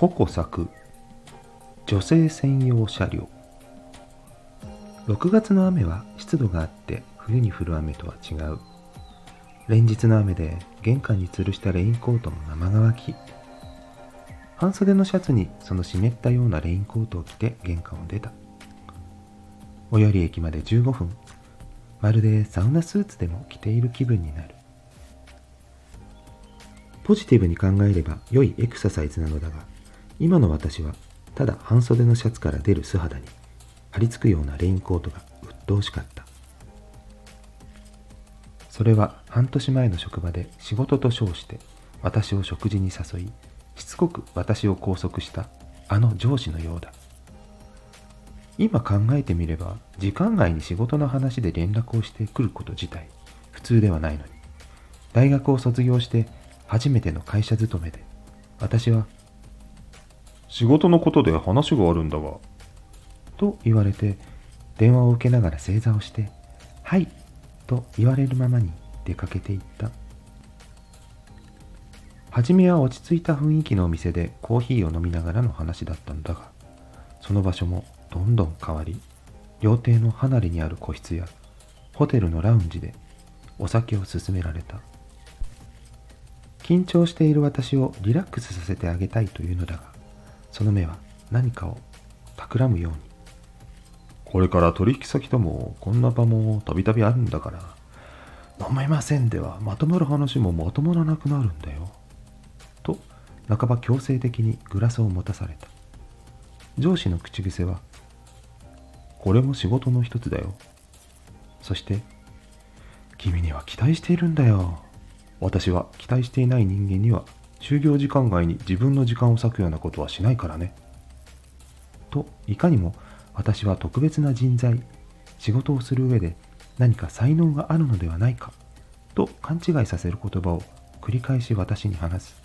ココ作女性専用車両。6月の雨は湿度があって冬に降る雨とは違う。連日の雨で玄関に吊るしたレインコートも生乾き。半袖のシャツにその湿ったようなレインコートを着て玄関を出た。最寄り駅まで15分。まるでサウナスーツでも着ている気分になる。ポジティブに考えれば良いエクササイズなのだが、今の私はただ半袖のシャツから出る素肌に張り付くようなレインコートが鬱陶しかった。それは半年前の職場で仕事と称して私を食事に誘い、しつこく私を拘束したあの上司のようだ。今考えてみれば、時間外に仕事の話で連絡をしてくること自体普通ではないのに、大学を卒業して初めての会社勤めで私は仕事のことで話があるんだが、 と言われて、電話を受けながら正座をして、はいと言われるままに出かけていった。はじめは落ち着いた雰囲気のお店でコーヒーを飲みながらの話だったのだが、その場所もどんどん変わり、料亭の離れにある個室やホテルのラウンジでお酒を勧められた。緊張している私をリラックスさせてあげたいというのだが、その目は何かを企むように、 これから取引先ともこんな場もたびたびあるんだから、 飲めませんではまとまる話もまとまらなくなるんだよ。と、半ば強制的にグラスを持たされた。上司の口癖は、 これも仕事の一つだよ。 そして、君には期待しているんだよ。 私は期待していない人間には就業時間外に自分の時間を割くようなことはしないからね。 と、いかにも私は特別な人材、仕事をする上で何か才能があるのではないかと勘違いさせる言葉を繰り返し私に話す。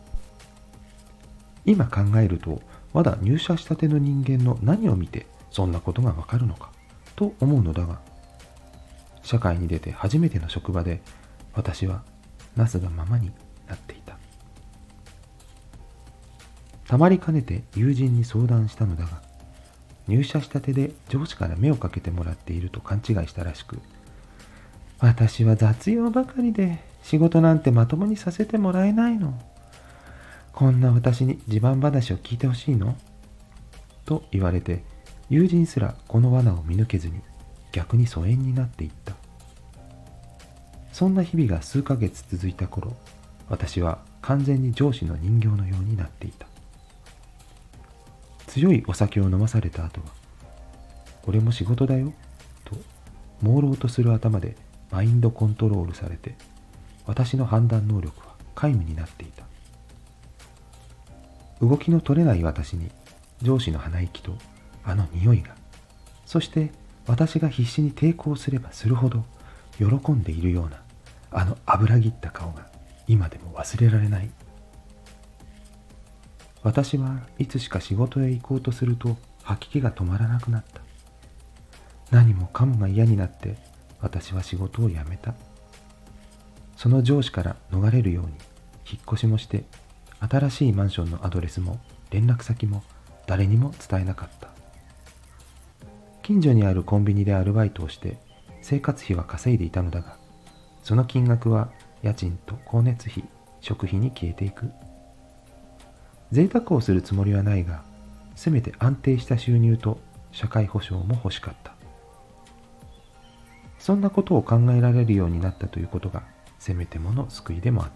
今考えると、まだ入社したての人間の何を見てそんなことがわかるのかと思うのだが、社会に出て初めての職場で私はなすがままになっていた。たまりかねて友人に相談したのだが、入社したてで上司から目をかけてもらっていると勘違いしたらしく、私は雑用ばかりで仕事なんてまともにさせてもらえないの。こんな私に自慢話を聞いてほしいのと言われて、友人すらこの罠を見抜けずに逆に疎遠になっていった。そんな日々が数ヶ月続いた頃、私は完全に上司の人形のようになっていた。強いお酒を飲まされた後は、これも仕事だよと朦朧とする頭でマインドコントロールされて、私の判断能力は皆無になっていた。動きの取れない私に上司の鼻息とあの匂いが、そして私が必死に抵抗すればするほど喜んでいるようなあの油ぎった顔が今でも忘れられない。私はいつしか仕事へ行こうとすると吐き気が止まらなくなった。何もかもが嫌になって私は仕事を辞めた。その上司から逃れるように引っ越しもして、新しいマンションのアドレスも連絡先も誰にも伝えなかった。近所にあるコンビニでアルバイトをして生活費は稼いでいたのだが、その金額は家賃と光熱費、食費に消えていく。贅沢をするつもりはないが、せめて安定した収入と社会保障も欲しかった。そんなことを考えられるようになったということがせめてもの救いでもあった。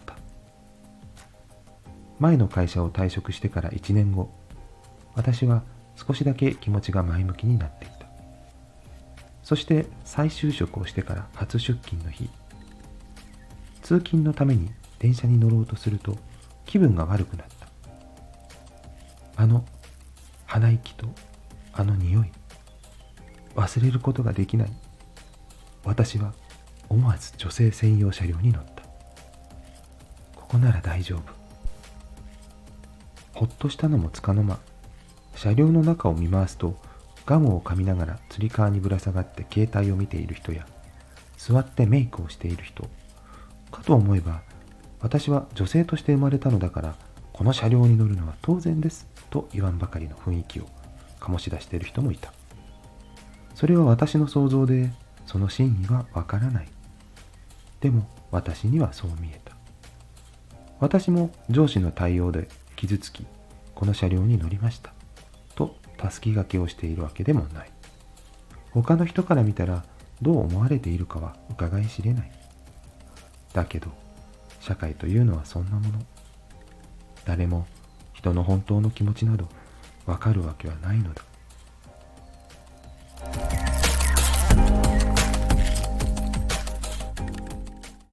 前の会社を退職してから1年後、私は少しだけ気持ちが前向きになっていた。そして再就職をしてから初出勤の日、通勤のために電車に乗ろうとすると気分が悪くなった。あの鼻息とあの匂い、忘れることができない。私は思わず女性専用車両に乗った。ここなら大丈夫。ほっとしたのもつかの間、車両の中を見回すと、ガムを噛みながらつり革にぶら下がって携帯を見ている人や、座ってメイクをしている人かと思えば、私は女性として生まれたのだからこの車両に乗るのは当然ですと言わんばかりの雰囲気を醸し出している人もいた。それは私の想像で、その真意はわからない。でも私にはそう見えた。私も上司の対応で傷つき、この車両に乗りましたとたすき掛けをしているわけでもない。他の人から見たらどう思われているかは伺い知れない。だけど社会というのはそんなもの。誰も人の本当の気持ちなどわかるわけはないのだ。